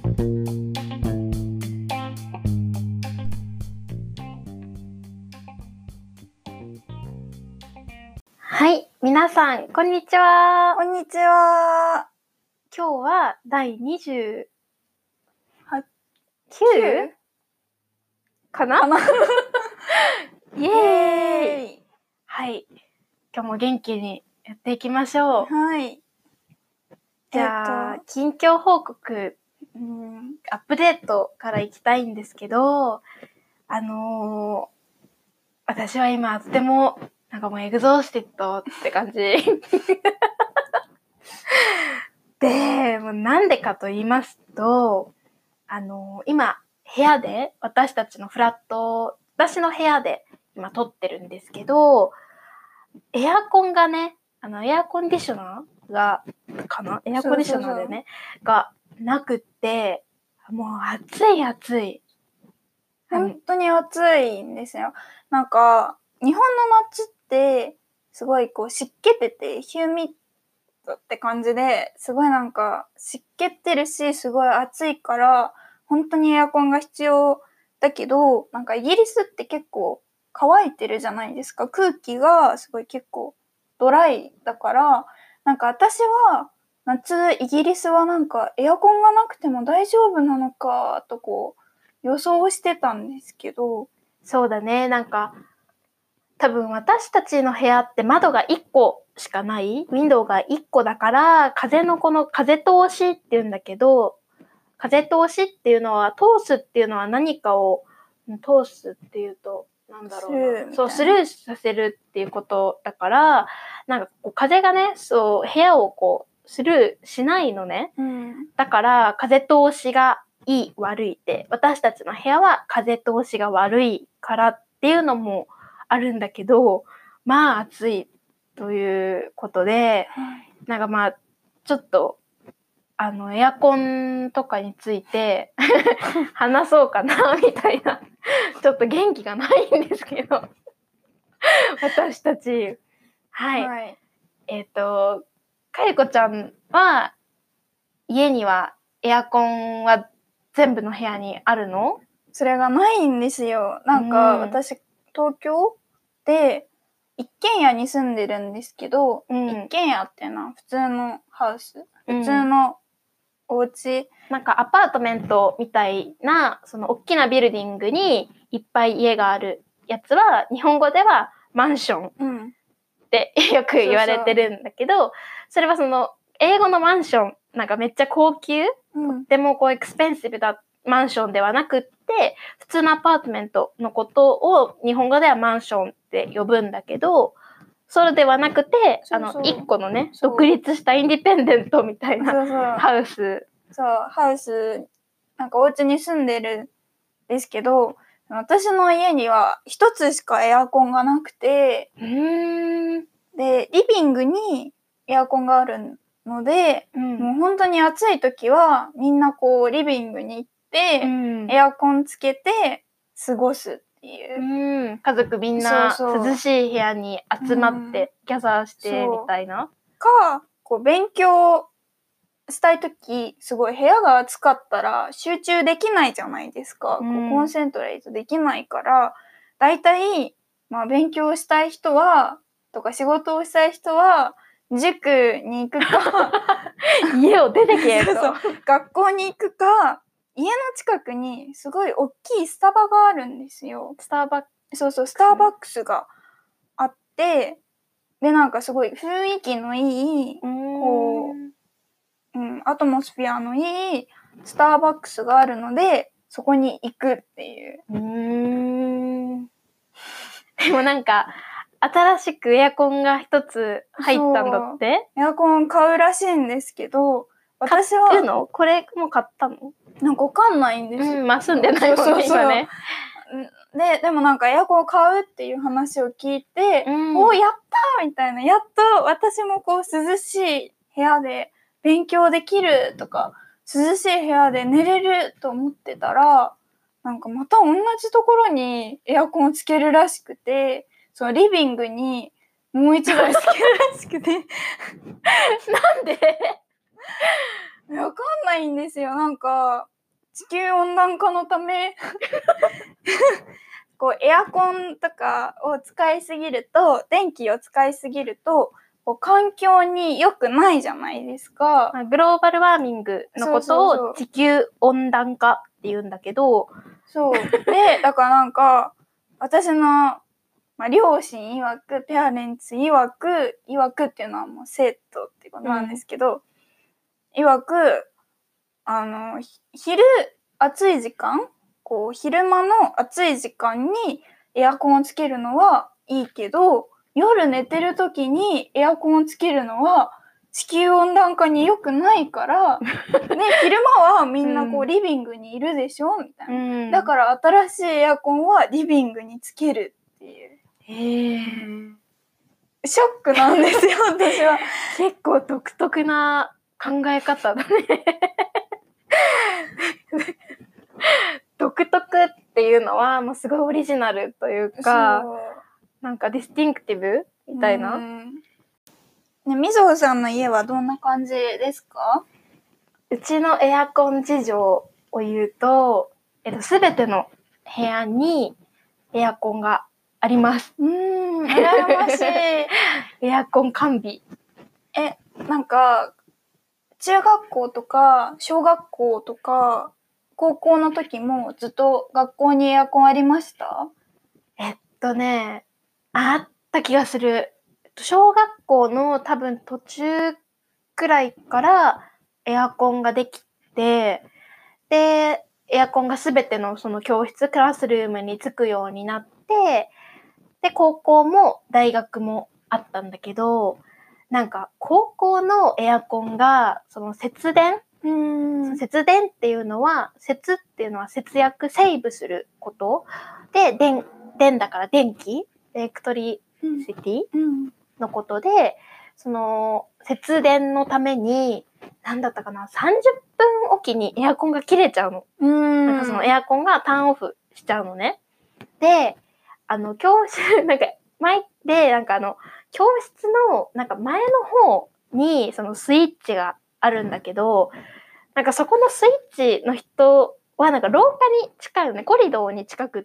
はい、皆さんこんにちは。 こんにちは。 今日は第29かなイエーイ。はい、今日も元気にやっていきましょう。 はい。 じゃあ、近況報告、アップデートからいきたいんですけど、私は今とてもなんかもうエグゾースティッドって感じで、もうなんでかと言いますと、今部屋で私たちのフラット、私の部屋で今撮ってるんですけど、エアコンがね、エアコンディショナーがエアコンディショナーでね、がなくって、もう暑い。 本当に暑いんですよ。なんか、日本の夏って、すごいこう湿気てて、ヒューミッドって感じで、すごいなんか湿気ってるし、すごい暑いから、本当にエアコンが必要だけど、なんかイギリスって結構乾いてるじゃないですか。空気がすごい結構ドライだから、なんか私は夏イギリスはなんかエアコンがなくても大丈夫なのかとこう予想してたんですけど。 そうだね、なんか多分私たちの部屋って窓が1個しかない、ウィンドウが1個だから、風のこの風通しって言うんだけど、風通しっていうのは、通すっていうのは何かを通すっていうと、なんだろうな。そう、スルーさせるっていうことだから、なんかこう風がね、そう、部屋をこう、スルーしないのね。だから、風通しがいい、悪いって、私たちの部屋は風通しが悪いからっていうのもあるんだけど、まあ暑いということで、なんかまあ、ちょっと、エアコンとかについて話そうかなみたいな、ちょっと元気がないんですけど私たち。はい。かゆこちゃんは、家にはエアコンは全部の部屋にあるの？ それがないんですよ。なんか、私、東京で一軒家に住んでるんですけど、一軒家っていうのは普通のハウス、普通のお家、 なんかアパートメントみたいな、その大きなビルディングにいっぱい家があるやつは、日本語ではマンションってよく言われてるんだけど、それはその英語のマンション、なんかめっちゃ高級、とってもこうエクスペンシブなマンションではなくって、普通のアパートメントのことを日本語ではマンションって呼ぶんだけど、それではなくて、一個のね、独立したインディペンデントみたいなハウス。 そう、ハウス、なんかお家に住んでるんですけど、私の家には一つしかエアコンがなくて、で、リビングにエアコンがあるので、もう本当に暑い時はみんなこうリビングに行って、エアコンつけて過ごすっていう。 家族みんな涼しい部屋に集まってギャザーしてみたいな。 こう勉強したい時、すごい部屋が暑かったら集中できないじゃないですか。こうコンセントレートできないから、だいたいまあ勉強したい人はとか仕事をしたい人は塾に行くか家を出てけと学校に行くか、家の近くにすごい大きいスタバがあるんですよ。スターバックスがあって、でなんかすごい雰囲気のいいこう、アトモスフィアのいいスターバックスがあるので、そこに行くっていう。 でもなんか新しくエアコンが一つ入ったんだって？ エアコン買うらしいんですけど、私は買うの？これも買ったの？ なんかわかんないんですよ。 まあ住んでないもんね、今ね。 でもなんかエアコンを買うっていう話を聞いて、おーやったーみたいな、やっと私もこう涼しい部屋で勉強できるとか、涼しい部屋で寝れると思ってたら、なんかまた同じところにエアコンをつけるらしくて、そのリビングにもう一台つけるらしくてなんで？ わかんないんですよ。なんか地球温暖化のためこうエアコンとかを使いすぎると、電気を使いすぎるとこう環境に良くないじゃないですか。 グローバルワーミングのことそうそうそうを地球温暖化って言うんだけど、 そうでだからなんか私の、両親曰く、ペアレンツ曰くっていうのはもう生徒っていうことなんですけど、曰く昼暑い時間、こう昼間の暑い時間にエアコンをつけるのはいいけど、夜寝てる時にエアコンをつけるのは地球温暖化に良くないからね、昼間はみんなこうリビングにいるでしょみたいな、だから新しいエアコンはリビングにつけるっていう。ショックなんですよ私は。 結構独特な考え方だね独特っていうのはもうすごいオリジナルというか、なんかディスティンクティブみたいな。 ね、みぞさんの家はどんな感じですか？ うちのエアコン事情を言うと、すべての部屋にエアコンがあります。 羨ましい。 エアコン完備。 なんか中学校とか小学校とか高校の時もずっと学校にエアコンありました？ あった気がする。小学校の多分途中くらいからエアコンができて、で、エアコンがすべてのその教室、クラスルームにつくようになって、で、高校も大学もあったんだけど、なんか高校のエアコンがその節電っていうのは、節っていうのは節約、セーブすることで、電だから電気、エレクトリシティのことで、その節電のために、なんだったかな、30分おきにエアコンが切れちゃうの。なんかそのエアコンがターンオフしちゃうのね。で、教室、なんか、教室の、なんか前の方に、そのスイッチがあるんだけど、なんかそこのスイッチの人は、なんか廊下に近いよね。コリドーに近くって、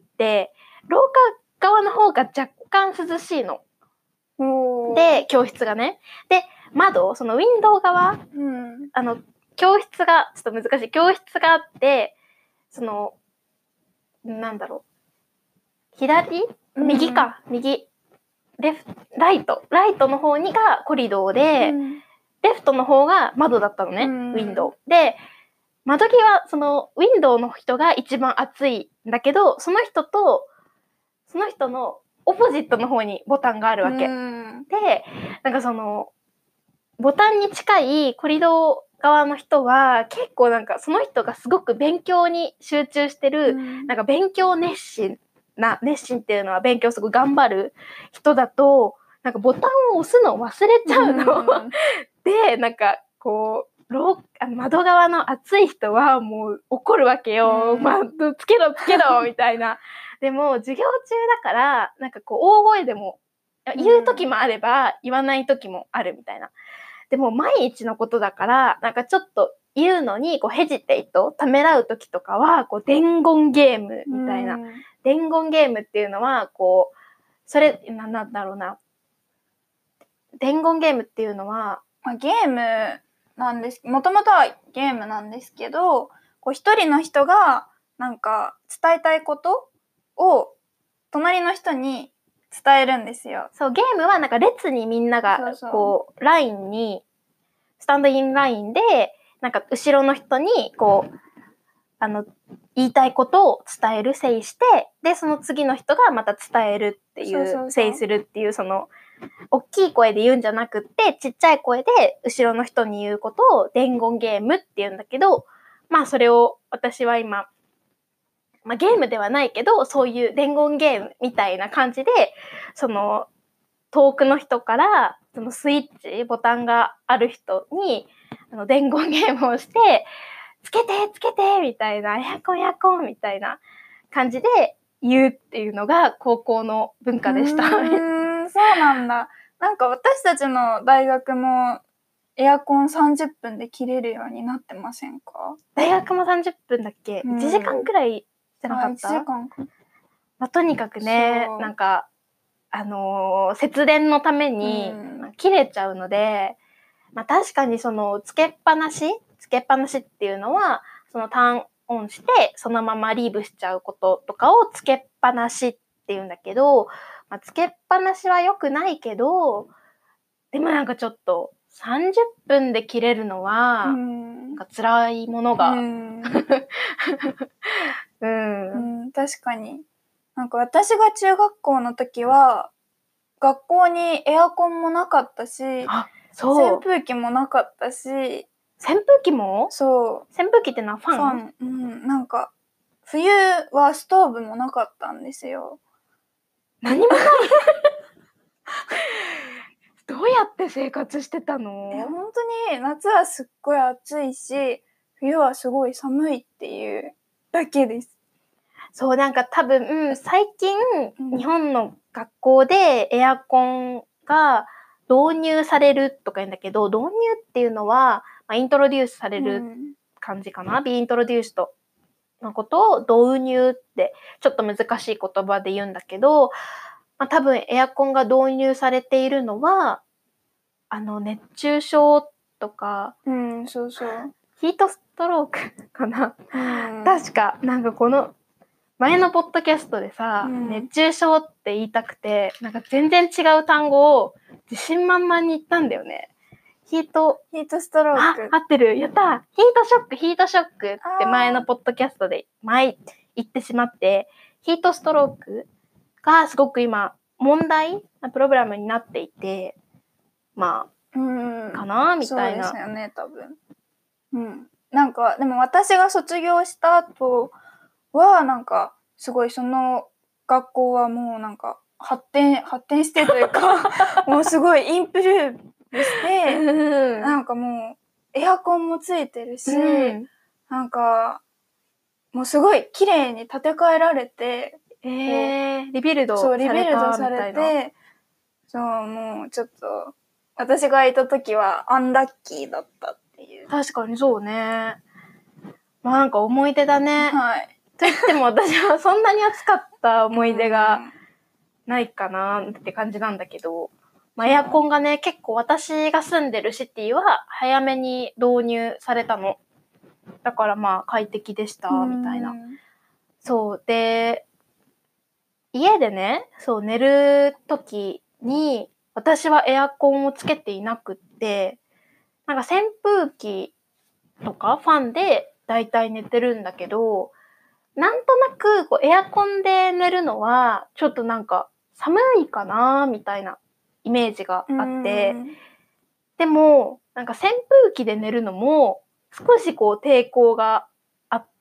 廊下側の方が若干涼しいの。で、教室がね。で、窓、そのウィンドウ側、教室が、ちょっと難しい。教室があって、その、なんだろう。右か。右。ライトの方にがコリドーで、レフトの方が窓だったのね。ウィンドウ。で、窓際、そのウィンドウの人が一番暑いんだけど、その人のオポジットの方にボタンがあるわけ。で、なんかその、ボタンに近いコリドー側の人は、結構なんかその人がすごく勉強に集中してる、なんか勉強熱心っていうのは勉強すごい頑張る人だと、なんかボタンを押すのを忘れちゃうの。で、なんかこう、窓側の暑い人はもう怒るわけよ。つけろみたいな。でも授業中だから、なんかこう大声でも言う時もあれば言わない時もあるみたいな。でも毎日のことだから、なんかちょっと言うのにこうヘジテイト、ためらう時とかは、こう伝言ゲームみたいな。伝言ゲームっていうのは、こう、なんだろうな。伝言ゲームっていうのは、 ゲームなんです。もともとはゲームなんですけど、こう一人の人がなんか伝えたいことを隣の人に伝えるんですよ。 そう、ゲームはなんか列にみんながこうラインにスタンドインラインでなんか後ろの人にこう言いたいことを伝える、制して、でその次の人がまた伝えるっていう、制するっていう、その大きい声で言うんじゃなくってちっちゃい声で後ろの人に言うことを伝言ゲームって言うんだけど、まあそれを私は今、ゲームではないけどそういう伝言ゲームみたいな感じで、その遠くの人からそのスイッチボタンがある人に伝言ゲームをしてつけてみたいな、エアコンみたいな感じで言うっていうのが高校の文化でした。 そうなんだ。なんか私たちの大学もエアコン30分で切れるようになってませんか？ 大学も30分だっけ、 うん 1時間くらいじゃなかった？ 1時間か。 まあ、とにかくね、 そうなんか、節電のために切れちゃうので、まあ確かにそのつけっぱなしっていうのは、そのターンオンしてそのままリーブしちゃうこととかをつけっぱなしっていうんだけど、まあ、つけっぱなしは良くないけど、でもなんかちょっと30分で切れるのは、なんか辛いものが。 確かに。なんか私が中学校の時は、学校にエアコンもなかったし、扇風機もなかったし。 扇風機も？ そう。 扇風機ってのはファン？ なんか、冬はストーブもなかったんですよ。 何もないどうやって生活してたの？ 本当に夏はすっごい暑いし、冬はすごい寒いっていうだけです。 そう、なんか多分、最近、日本の学校でエアコンが導入されるとか言うんだけど、導入っていうのは、まあ、イントロデュースされる感じかな。be introduced のことを導入ってちょっと難しい言葉で言うんだけど、まあ、多分エアコンが導入されているのは、熱中症とか、 そうそう。 ヒートストロークかな。確か、なんかこの、前のポッドキャストでさ、熱中症って言いたくて、なんか全然違う単語を自信満々に言ったんだよね。ヒートストローク。 合ってる。やった！ヒートショックって前のポッドキャストで言ってしまって、ヒートストロークがすごく今問題なプログラムになっていて、まあ、かなみたいな。 そうですよね、多分。なんか、でも私が卒業した後は、なんか、すごいその学校はもうなんか、発展してというか、もうすごいインプルーブして、なんかもう、エアコンもついてるし、なんか、もうすごい綺麗に建て替えられて、 リビルドされて、 そう、もうちょっと、私がいた時はアンラッキーだったっていう。 確かにそうね。まあなんか思い出だね。 はい。 と言っても私はそんなに暑かった思い出がないかなって感じなんだけど、まあエアコンがね、結構私が住んでるシティは早めに導入されたの。だからまあ快適でした、みたいな。そう。で、家でね、そう寝る時に私はエアコンをつけていなくって、なんか扇風機とかファンでだいたい寝てるんだけど、なんとなくこうエアコンで寝るのはちょっとなんか寒いかなみたいなイメージがあって、でもなんか扇風機で寝るのも少しこう抵抗があって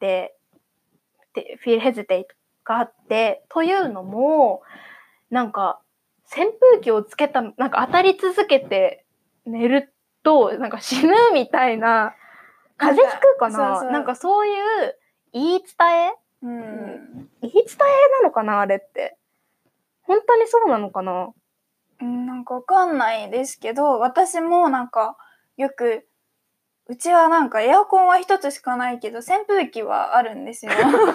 、feel hesitate があって、というのもなんか扇風機をつけた、なんか当たり続けて寝るとなんか死ぬみたいな、風邪ひくかな、なんかそういう言い伝え、言い伝えなのかなあれって。本当にそうなのかな？ なんかわかんないですけど、私もなんかよく、うちはなんかエアコンは一つしかないけど、扇風機はあるんですよ。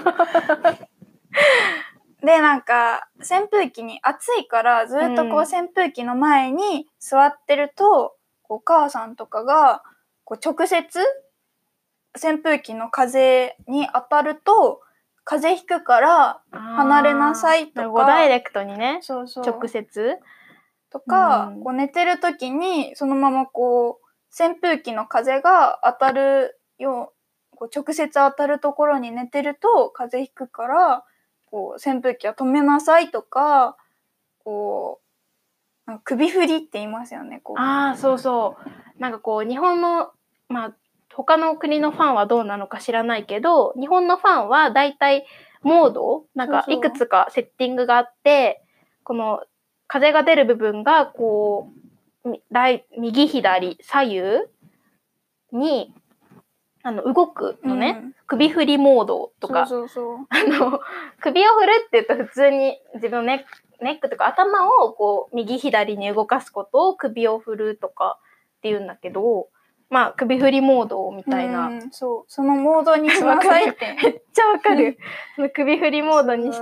で、なんか、扇風機に暑いからずっとこう扇風機の前に座ってると、お母さんとかがこう直接扇風機の風に当たると風邪ひくから離れなさいとか、 ダイレクトにね、 そう直接とか、こう寝てる時にそのままこう扇風機の風が当たるよう、こう直接当たるところに寝てると風邪ひくからこう扇風機は止めなさいとか、こうなんか首振りって言いますよね。こうそうそう。なんかこう日本の、まあ他の国のファンはどうなのか知らないけど、日本のファンはだいたいモード、なんかいくつかセッティングがあって、この風が出る部分がこう右左左右に動くのね、首振りモードとか、首を振るって言うと普通に自分のネックとか頭をこう右左に動かすことを首を振るとかって言うんだけど、 まあ首振りモードみたいな。 そう、そのモードにしなさいって。 めっちゃわかる。その首振りモードにして、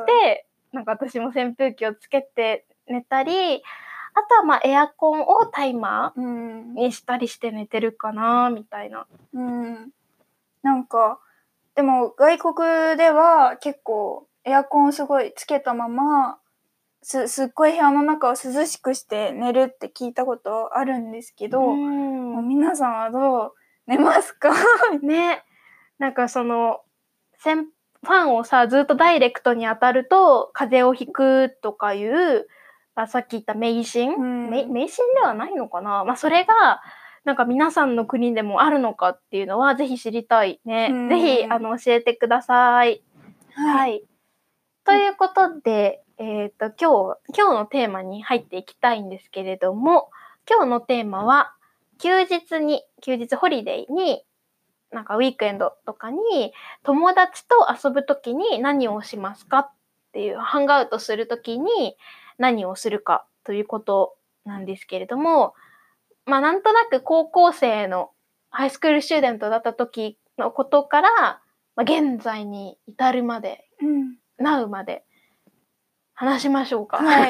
なんか私も扇風機をつけて寝たり、あとはまあエアコンをタイマーにしたりして寝てるかな、みたいな。 なんか、でも外国では結構エアコンすごいつけたまま、すっごい部屋の中を涼しくして寝るって聞いたことあるんですけど、皆さんはどう寝ますか？ ね。なんかその、ファンをさ、ずっとダイレクトに当たると風邪をひくとかいう、さっき言った迷信、迷信ではないのかな、まあそれが、なんか皆さんの国でもあるのかっていうのはぜひ知りたいね。ぜひ、教えてください。はい。ということで、今日のテーマに入っていきたいんですけれども、今日のテーマは、休日ホリデーに、なんかウィークエンドとかに友達と遊ぶときに何をしますかっていう、ハングアウトするときに何をするかということなんですけれども、まあなんとなく高校生のハイスクールスチューデントだった時のことから、まあ、現在に至るまで、なうまで話しましょうか。はい。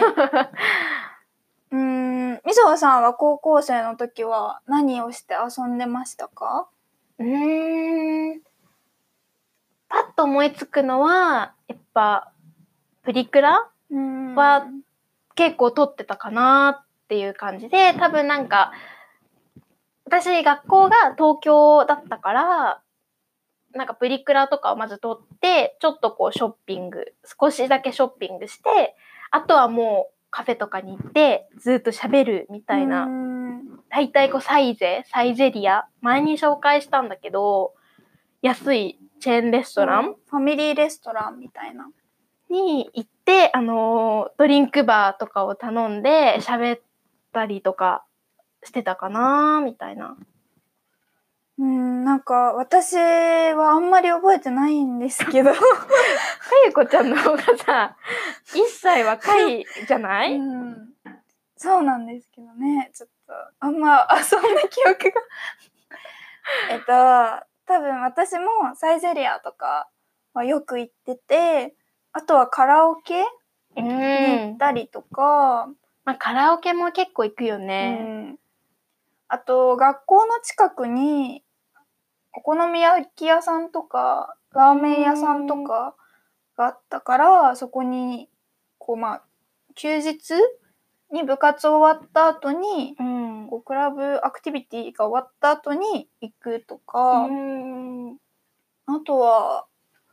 みそさんは高校生の時は何をして遊んでましたか？ パッと思いつくのは、やっぱ、プリクラは結構撮ってたかなっていう感じで、多分なんか、私学校が東京だったから、なんかプリクラとかをまず撮って、ちょっとこうショッピング、少しだけショッピングして、あとはもうカフェとかに行って、ずっと喋るみたいな。大体こうサイゼリア、前に紹介したんだけど、安いチェーンレストラン、 ファミリーレストランみたいな。 に行って、ドリンクバーとかを頼んで喋ったりとかしてたかなみたいな。 なんか私はあんまり覚えてないんですけど。かゆこちゃんの方がさ、1歳若いじゃない？ そうなんですけどね。ちょっと、あんま遊んだ記憶が。多分私もサイゼリアとかはよく行ってて、あとはカラオケに行ったりとか。 まあカラオケも結構行くよね。 あと、学校の近くに、お好み焼き屋さんとか、ラーメン屋さんとかがあったから、そこに、こうまあ、休日に部活終わった後に、こうクラブアクティビティが終わった後に行くとか、あとは、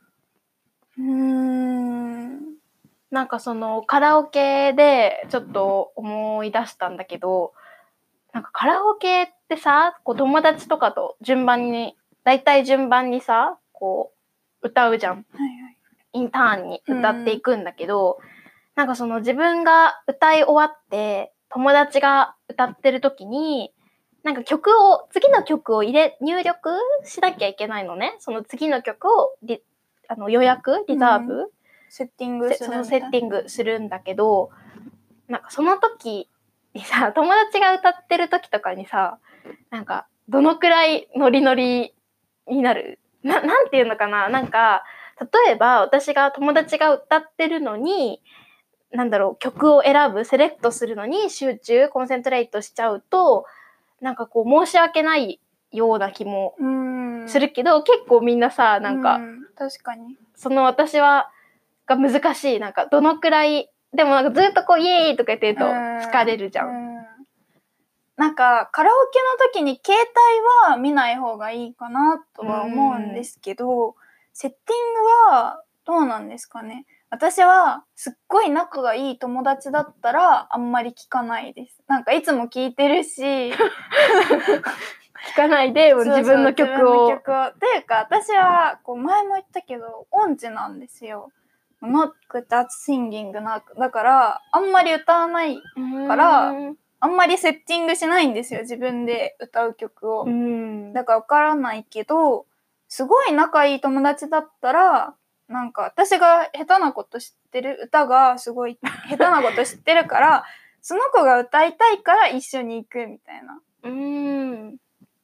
なんかそのカラオケでちょっと思い出したんだけど、なんかカラオケってさ、こう友達とかと大体順番にさ、こう歌うじゃん。インターンに歌っていくんだけど、なんかその自分が歌い終わって友達が歌ってる時に、なんか次の曲を入力しなきゃいけないのね。その次の曲を予約リザーブ、 セッティングするんだけど、なんかその時にさ、友達が歌ってる時とかにさ、なんかどのくらいノリノリになる？なんていうのかな、なんか例えば友達が歌ってるのに、なんだろう、曲をセレクトするのにコンセントレートしちゃうと、なんかこう申し訳ないような気もするけど、結構みんなさ、なんか、 確かに。 私が難しい、なんかどのくらい、でもなんかずっとこうイエーイとか言ってると疲れるじゃん。 なんかカラオケの時に携帯は見ない方がいいかなとは思うんですけど、セッティングはどうなんですかね。私はすっごい仲がいい友達だったらあんまり聞かないです。なんかいつも聞いてるし聞かないで自分の曲を。 っていうか私はこう前も言ったけど音痴なんですよ。not good at singing だからあんまり歌わないからあんまりセッティングしないんですよ、自分で歌う曲を。だからわからないけど、すごい仲いい友達だったら、なんか私が下手なこと知ってる、歌がすごい下手なこと知ってるから、その子が歌いたいから一緒に行くみたいな。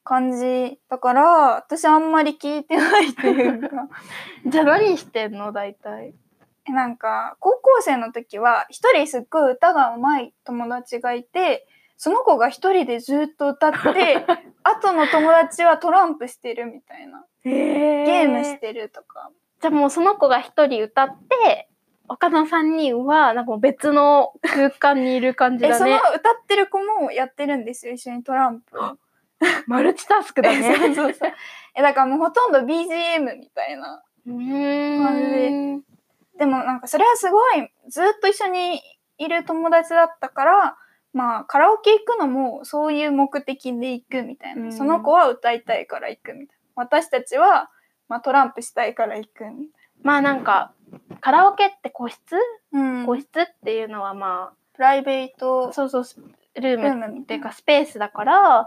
感じだから、私あんまり聞いてないっていうか。 じゃあ何してんの大体。 なんか、高校生の時は、一人すっごい歌が上手い友達がいて、その子が一人でずっと歌って、後の友達はトランプしてるみたいな。ゲームしてるとか。 じゃあもうその子が一人歌って、他の3人はなんかもう別の空間にいる感じだね。 その歌ってる子もやってるんですよ、一緒にトランプを。 マルチタスクだね。 そう。だからもうほとんど BGM みたいな感じで。でもなんかそれはすごいずっと一緒にいる友達だったから、まあカラオケ行くのもそういう目的で行くみたいな。その子は歌いたいから行くみたいな。私たちは、まあ、トランプしたいから行くみたいな。 まあなんかカラオケって個室、 個室っていうのはまあプライベートルームっていうかスペースだから、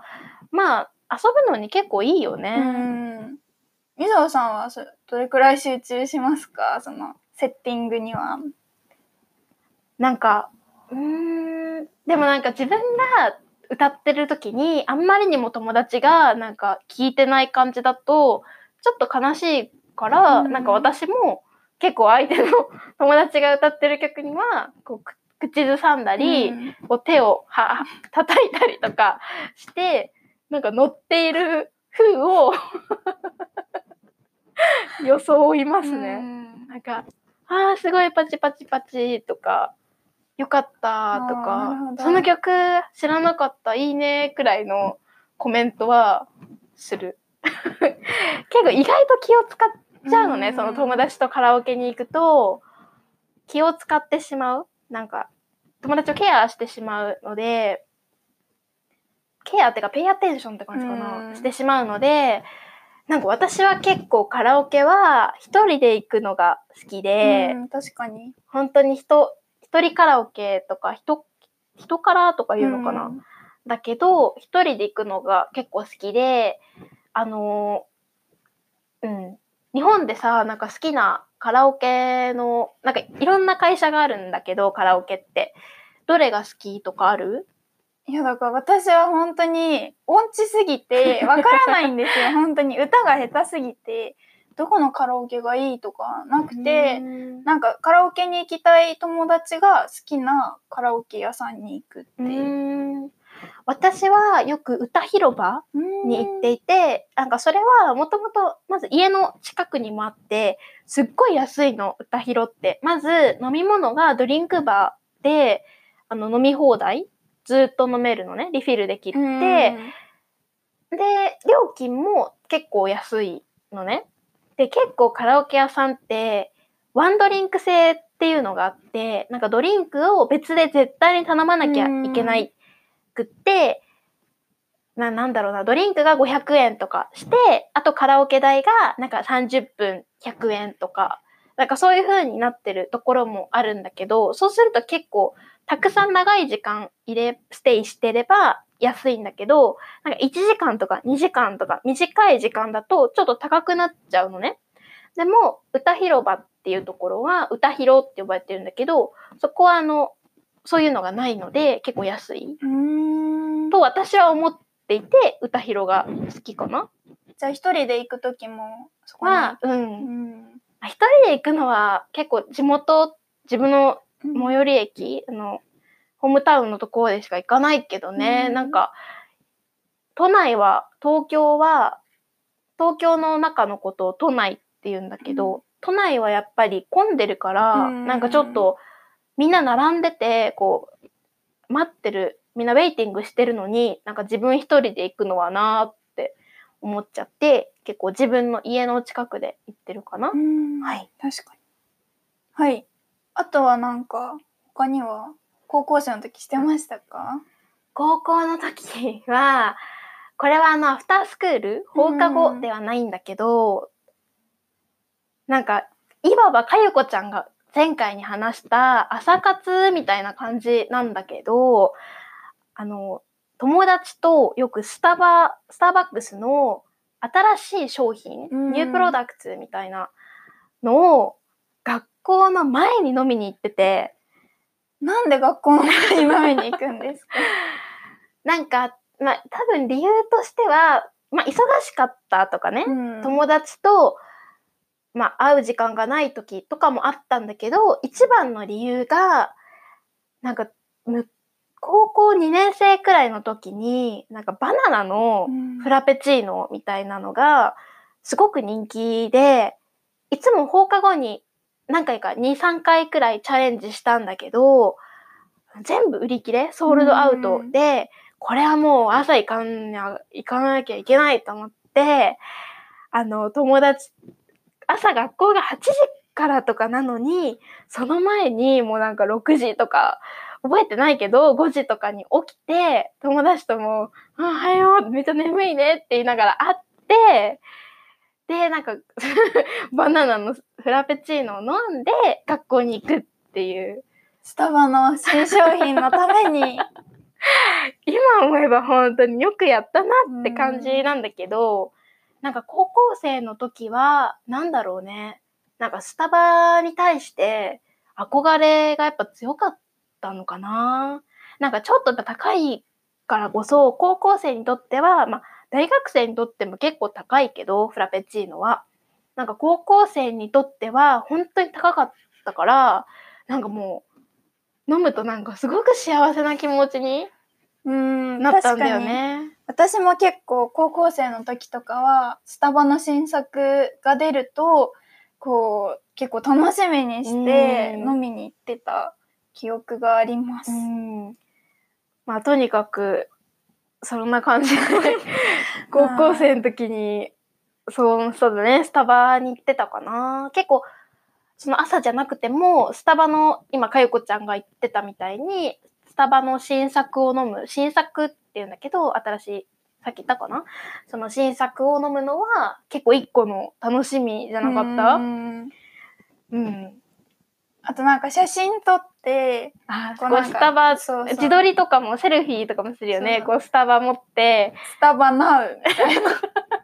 まあ遊ぶのに結構いいよね。 みぞさんはどれくらい集中しますか？そのセッティングには。 なんかでもなんか自分が歌ってる時にあんまりにも友達がなんか聞いてない感じだとちょっと悲しいから、なんか私も結構相手の友達が歌ってる曲にはこう口ずさんだり、こう手を叩いたりとかしてなんか乗っている風を装いますね。なんかすごいパチパチパチとかよかったとか、その曲知らなかった、いいねくらいのコメントはする。結構意外と気を使っちゃうのね、その友達とカラオケに行くと気を使ってしまう。なんか友達をケアしてしまうので、ケアってかペイアテンションって感じかな、してしまうので、なんか私は結構カラオケは一人で行くのが好きで、 確かに本当に一人カラオケとか人からとか言うのかな、だけど一人で行くのが結構好きで、日本でさ、なんか好きなカラオケのなんかいろんな会社があるんだけど、カラオケってどれが好きとかある？ いやだから私は本当に音痴すぎてわからないんですよ。本当に歌が下手すぎてどこのカラオケがいいとかなくて、なんかカラオケに行きたい友達が好きなカラオケ屋さんに行くっていう。 私はよく歌広場に行っていて、なんかそれはもともとまず家の近くにもあって、すっごい安いの、歌広って。まず飲み物がドリンクバーで飲み放題ずっと飲めるのね、リフィルできて、で料金も結構安いのね。で結構カラオケ屋さんってワンドリンク制っていうのがあって、なんかドリンクを別で絶対に頼まなきゃいけないくって、なんだろうな、ドリンクが500円とかして、あとカラオケ代がなんか30分100円とか、なんかそういう風になってるところもあるんだけど、そうすると結構たくさん長い時間ステイしてれば安いんだけど、なんか1時間とか2時間とか短い時間だとちょっと高くなっちゃうのね。でも歌広場っていうところは歌広って呼ばれてるんだけど、そこはそういうのがないので結構安いと私は思っていて、歌広が好きかな。 じゃあ一人で行く時もそこに一人で行くのは結構自分の最寄り駅、ホームタウンのところでしか行かないけどね。なんか東京の中のことを都内って言うんだけど、都内はやっぱり混んでるから、なんかちょっとみんな並んでてこう待ってる、みんなウェイティングしてるのに、なんか自分一人で行くのはなーって思っちゃって、結構自分の家の近くで行ってるかな。 はい、確かに。はい。あとはなんか他には高校生の時してましたか？ 高校の時はこれはアフタースクール放課後ではないんだけど、なんかいわばかゆこちゃんが前回に話した朝活みたいな感じなんだけど、友達とよくスターバックスの新しい商品、ニュープロダクツみたいなのを学校の前に飲みに行ってて。 なんで学校の前に飲みに行くんですか？ なんか、多分理由としては、 まあ忙しかったとかね、 うん友達と、まあ、会う時間がない時とかもあったんだけど、一番の理由が、なんか、高校2年生くらいの時に、なんかバナナのフラペチーノみたいなのが、すごく人気で、いつも放課後に何回か2、3回くらいチャレンジしたんだけど、全部売り切れ、ソールドアウトで、これはもう朝行かなきゃいけないと思って、友達、朝学校が8時からとかなのに、その前にもうなんか6時とか、覚えてないけど、5時とかに起きて、友達とも、おはよう、めっちゃ眠いねって言いながら会って、で、なんか、バナナのフラペチーノを飲んで、学校に行くっていう。 スタバの新商品のために。 今思えば本当によくやったなって感じなんだけど、なんか高校生の時は、なんだろうね。なんかスタバに対して憧れがやっぱ強かったのかな。なんかちょっと高いからこそ、高校生にとっては、まあ大学生にとっても結構高いけど、フラペチーノは。なんか高校生にとっては本当に高かったから、なんかもう飲むとなんかすごく幸せな気持ちになったんだよね。 私も結構高校生の時とかはスタバの新作が出るとこう結構楽しみにして飲みに行ってた記憶があります。 まあとにかくそんな感じで高校生の時にそうだね、スタバに行ってたかな。結構その朝じゃなくてもスタバの今かゆこちゃんが言ってたみたいにスタバの新作を飲む、新作っていうんだけど、新しい、さっき言ったかな、その新作を飲むのは結構一個の楽しみじゃなかった？ あとなんか写真撮って、 こうスタバ、自撮りとかもセルフィーとかもするよね。こうスタバ持って、 スタバナウみたいな。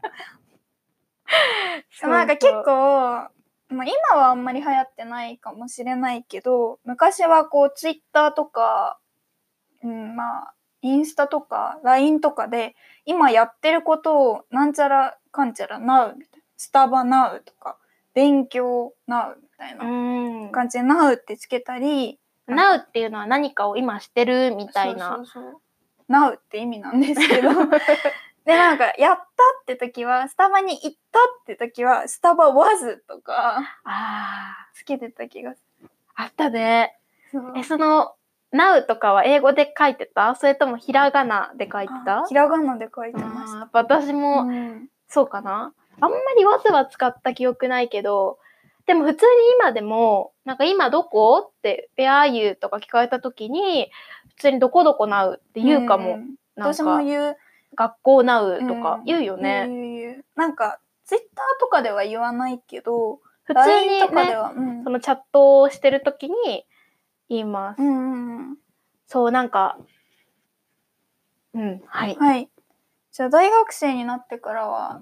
なんか結構、まあ、今はあんまり流行ってないかもしれないけど、昔はこうツイッターとか、まあインスタとか LINE とかで今やってることをなんちゃらかんちゃら Now みたいな、スタバ Now とか勉強 Now みたいな感じで Now ってつけたり、 Now っていうのは何かを今してるみたいな。 Now って意味なんですけど。で、なんか、やったって時は、スタバに行ったって時は、スタバ was とか、つけてた気がする。 あったね。その、now とかは英語で書いてた？それともひらがなで書いてた？ ひらがなで書いてました。 やっぱ私も、そうかな。あんまり was は使った記憶ないけど、でも普通に今でも、なんか今どこって、where are you とか聞かれた時に、普通にどこどこ now って言うかも。 私も言う。 学校 now とか言うよね。 言う。なんか、ツイッターとかでは言わないけど、 普通にね、そのチャットをしてるときに言います。そう、なんか、はい。 はい。じゃあ大学生になってからは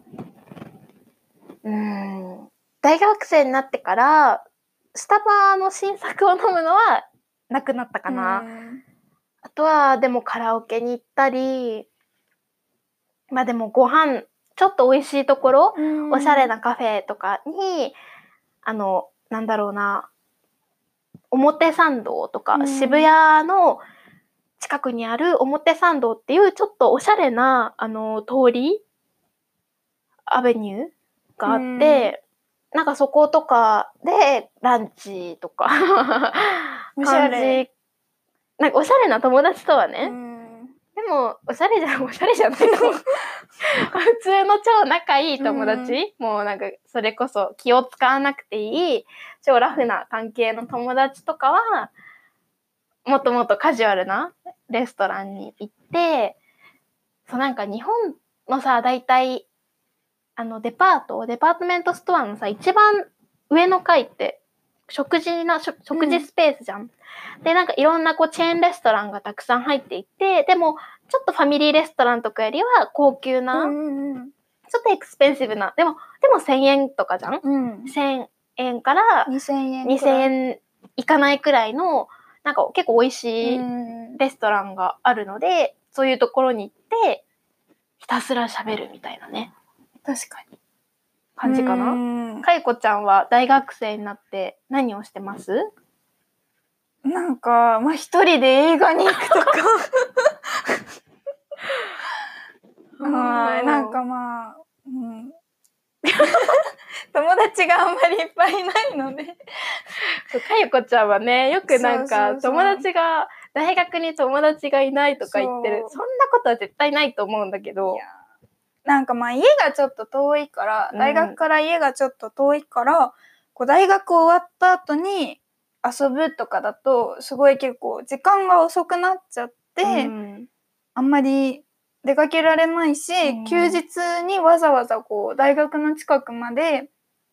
大学生になってから、スタバの新作を飲むのはなくなったかな。あとは、でもカラオケに行ったり、まあでもご飯、ちょっと美味しいところ、おしゃれなカフェとかに、なんだろうな、表参道とか、渋谷の近くにある表参道っていうちょっとおしゃれな、通り、アベニューがあって、なんかそことかでランチとか、 おしゃれ。 なんかおしゃれな友達とはね、でも、おしゃれじゃないかも。普通の超仲いい友達、もうなんか、それこそ気を使わなくていい、超ラフな関係の友達とかは、もっともっとカジュアルなレストランに行って、そうなんか日本のさ、大体、デパートメントストアのさ、一番上の階って、食事スペースじゃん。で、なんかいろんなこうチェーンレストランがたくさん入っていて、でもちょっとファミリーレストランとかよりは高級な、ちょっとエクスペンシブな、でも1000円とかじゃん、1000円から2000円いかないくらいの、なんか結構美味しいレストランがあるので、そういうところに行って、 ひたすら喋るみたいなね、 確かに。 感じかな。かいこちゃんは大学生になって何をしてます？ なんか、まあ一人で映画に行くとか。はい、なんかまあ、友達があんまりいっぱいいないので。 かいこちゃんはね、よくなんか友達が、大学に友達がいないとか言ってる。そんなことは絶対ないと思うんだけど。 なんかまあ家がちょっと遠いから、大学から家がちょっと遠いから、こう大学終わった後に遊ぶとかだと、すごい結構時間が遅くなっちゃって、あんまり出かけられないし、休日にわざわざこう大学の近くまで、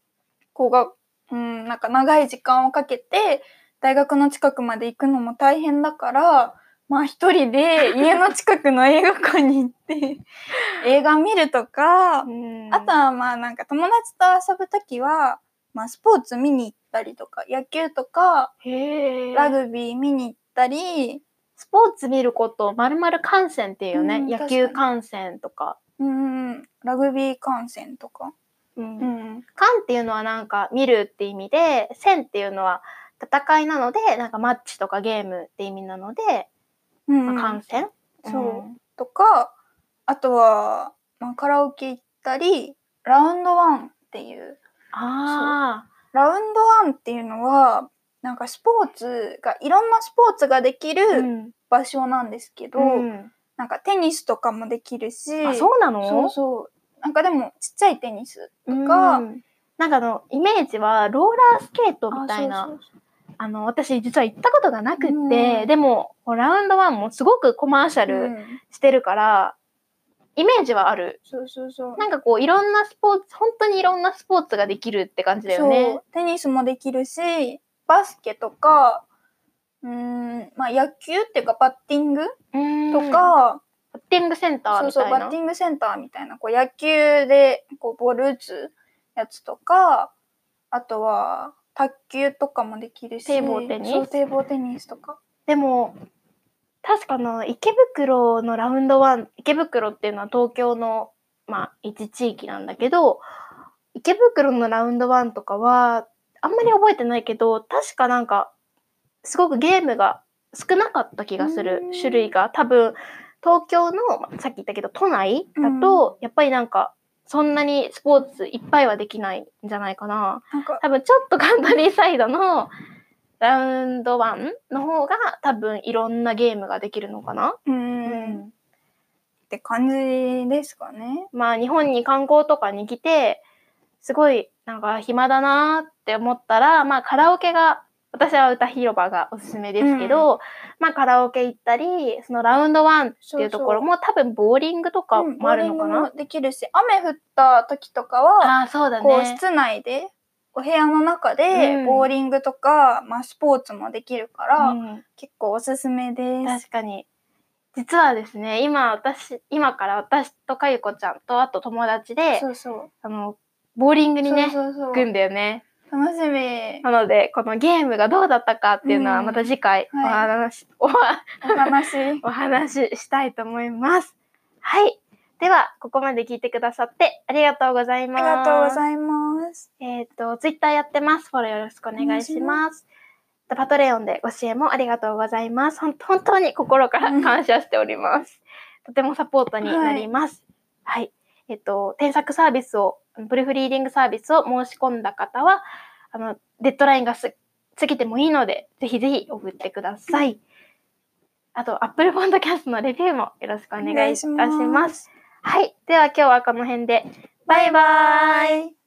なんか長い時間をかけて、大学の近くまで行くのも大変だから、まあ一人で家の近くの映画館に行って映画見るとか、あとはまあなんか友達と遊ぶときは、まあスポーツ見に行ったりとか、野球とか、ラグビー見に行ったり、 スポーツ見ることまるまる観戦っていうよね。野球観戦とか。 ラグビー観戦とか。 観っていうのはなんか見るって意味で、戦っていうのは戦いなので、なんかマッチとかゲームって意味なので、観戦、 とか、あとは、まあ、カラオケ行ったり、ラウンドワンっていう。ラウンドワンっていうのは、なんかスポーツが、いろんなスポーツができる場所なんですけど、なんかテニスとかもできるし。 あ、そうなの？ そうそう。なんかでもちっちゃいテニスとか、 なんかイメージはローラースケートみたいな。私実は行ったことがなくって、でもラウンドワンもすごくコマーシャルしてるから、イメージはある。なんかこういろんなスポーツ、本当にいろんなスポーツができるって感じだよね。 テニスもできるし、バスケとか、まあ野球っていうかバッティングとか、 バッティングセンターみたいな。 バッティングセンターみたいな、こう野球でこうボール打つやつとか、あとは卓球とかもできるし、 堤防テニス？ そう、堤防テニスとか。 でも確か池袋のラウンドワン、池袋っていうのは東京のまあ一地域なんだけど、池袋のラウンドワンとかはあんまり覚えてないけど、確かなんかすごくゲームが少なかった気がする。種類が多分東京のさっき言ったけど都内だとやっぱりなんかそんなにスポーツいっぱいはできないんじゃないかな。多分ちょっとカントリーサイドのラウンドワンの方が多分いろんなゲームができるのかな。 って感じですかね。 まあ日本に観光とかに来てすごいなんか暇だなって思ったら、まあカラオケが、私は歌広場がおすすめですけど、まあカラオケ行ったり、そのラウンドワンっていうところも多分ボーリングとかもあるのかな。 ボーリングもできるし、雨降った時とかは、 そうだね、 こう室内で、お部屋の中でボーリングとか、まあスポーツもできるから、結構おすすめです。 確かに。実はですね、今から私とかゆこちゃんとあと友達で、ボーリングにね、行くんだよね。 楽しみ。 なので、このゲームがどうだったかっていうのはまた次回お話ししたいと思います。はい。では、ここまで聞いてくださってありがとうございます。 ありがとうございます。 ツイッターやってます。フォローよろしくお願いします。パトレオンでご支援もありがとうございます。本当に心から感謝しております。とてもサポートになります。はい。添削サービスを、プルーフリーディングサービスを申し込んだ方は、デッドラインが過ぎてもいいので、ぜひぜひ送ってください。あと、Apple Podcast のレビューもよろしくお願いいたします。はい。では今日はこの辺で。バイバーイ。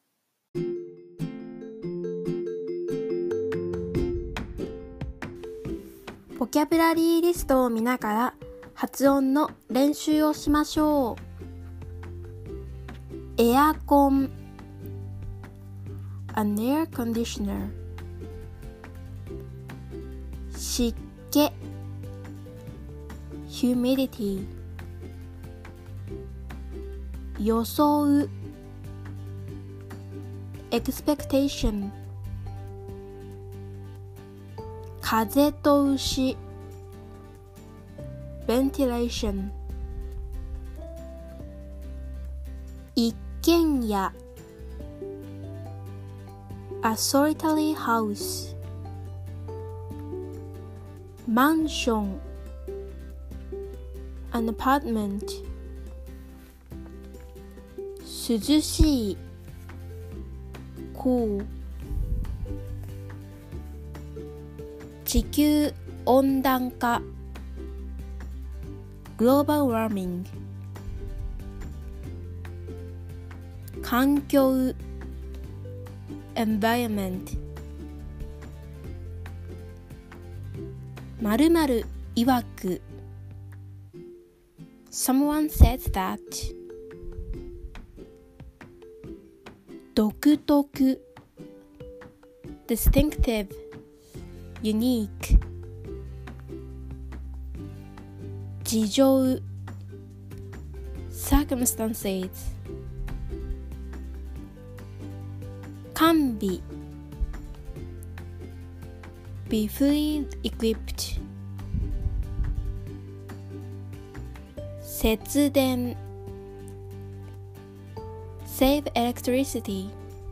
ボキャブラリーリストを見ながら発音の練習をしましょう。エアコン an air conditioner、 湿気 humidity、 装う expectation、 風通し ventilation、 軒家 A solitary house マンション An apartment 涼しい Cool 地球温暖化 Global warming 環境 Environment 〇〇曰く Someone said that 独特 Distinctive Unique 事情 Circumstances 完備 Be fully equipped 節電 Save electricity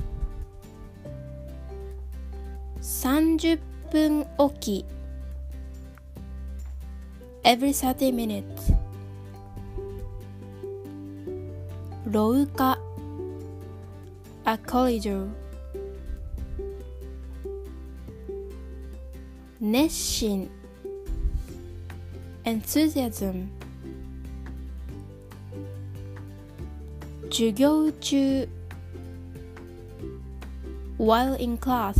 30分おき Every 30 minutes 廊下 A corridor 熱心 Enthusiasm 授業中 While in class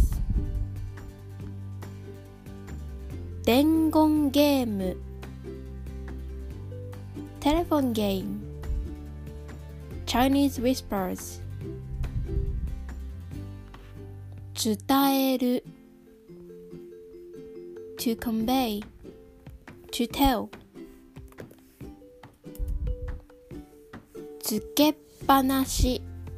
伝言ゲーム Telephone game Chinese whispers 伝える To convey To tell つけっぱなし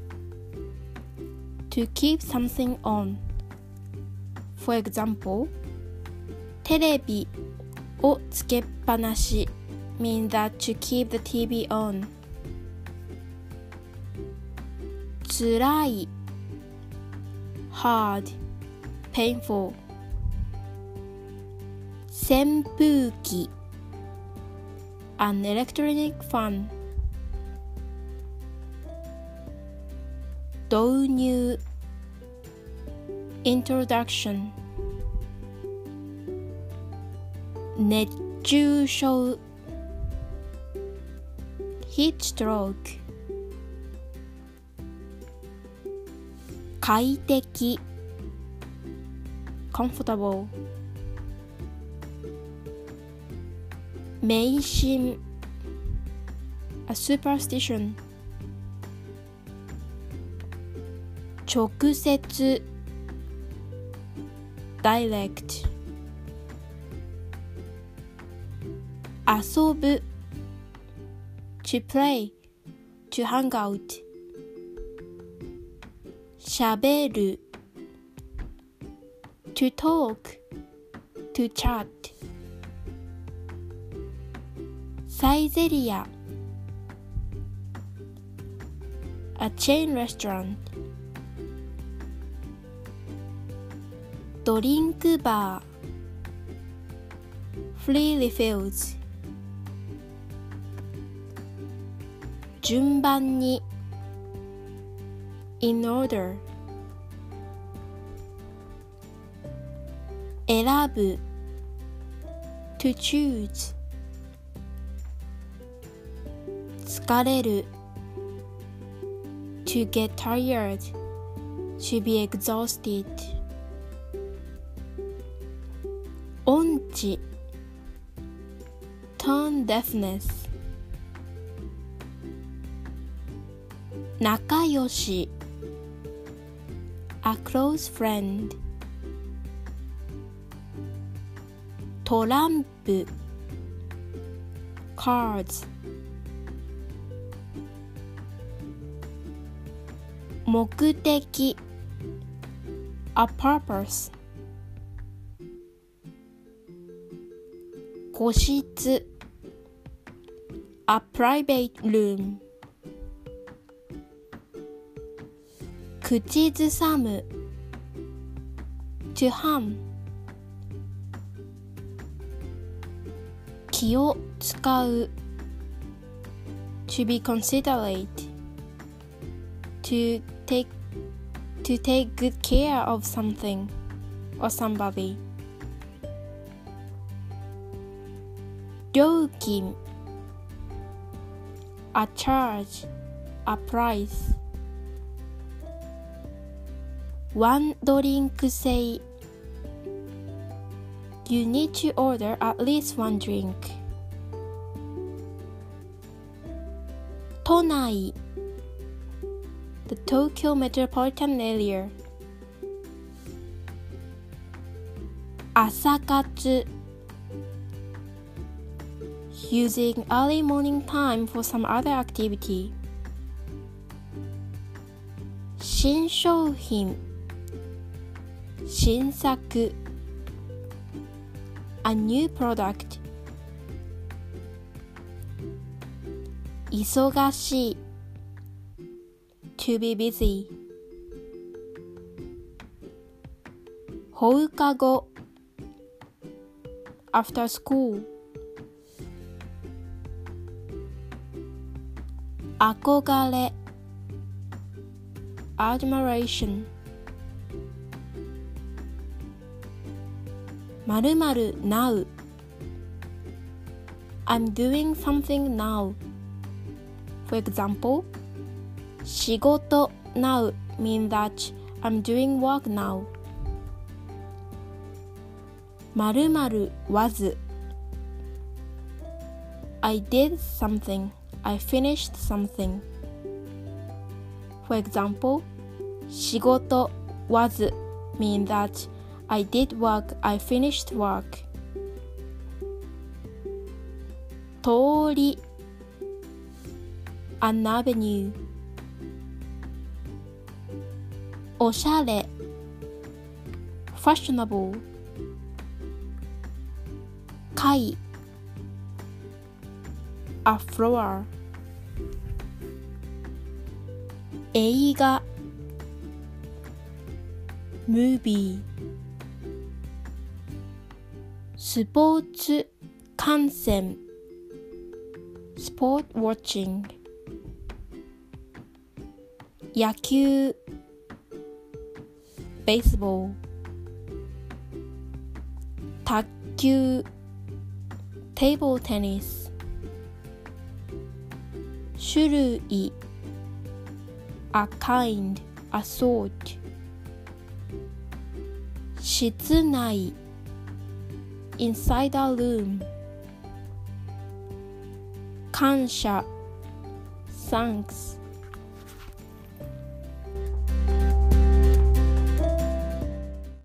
To keep something on For example テレビをつけっぱなし means that to keep the TV on つらい hard painful 扇風機 an electronic fan 導入 introduction 熱中症 heat stroke 快適 comfortable 迷信 a superstition 直接 direct 遊ぶ to play to hang out しゃべる to talk to chat サイゼリア a chain restaurant ドリンクバー free refills 順番に in order 選ぶ to choose 疲れる to get tired to be exhausted 音痴 tone deafness 仲良し a close friend トランプ cards 目的 a purpose 個室 a private room 口ずさむ to hum 気を使う to be considerate to take good care of something or somebody 料金 a charge a price one drink say you need to order at least one drink 都内 the Tokyo metropolitan area 朝活 using early morning time for some other activity 新商品新作 a new product 忙しい to be busy 放課後 after school 憧れ admiration 〇〇 now I'm doing something now for example 仕事 now means that I'm doing work now 〇〇 was I did something I finished something for example 仕事 was means that I did work I finished work 通り an avenue おしゃれ fashionable 貝 a flower 映画 movie スポーツ観戦 sport watching 野球 baseball 卓球 table tennis 種類 a kind a sort 室内 inside a room 感謝 thanks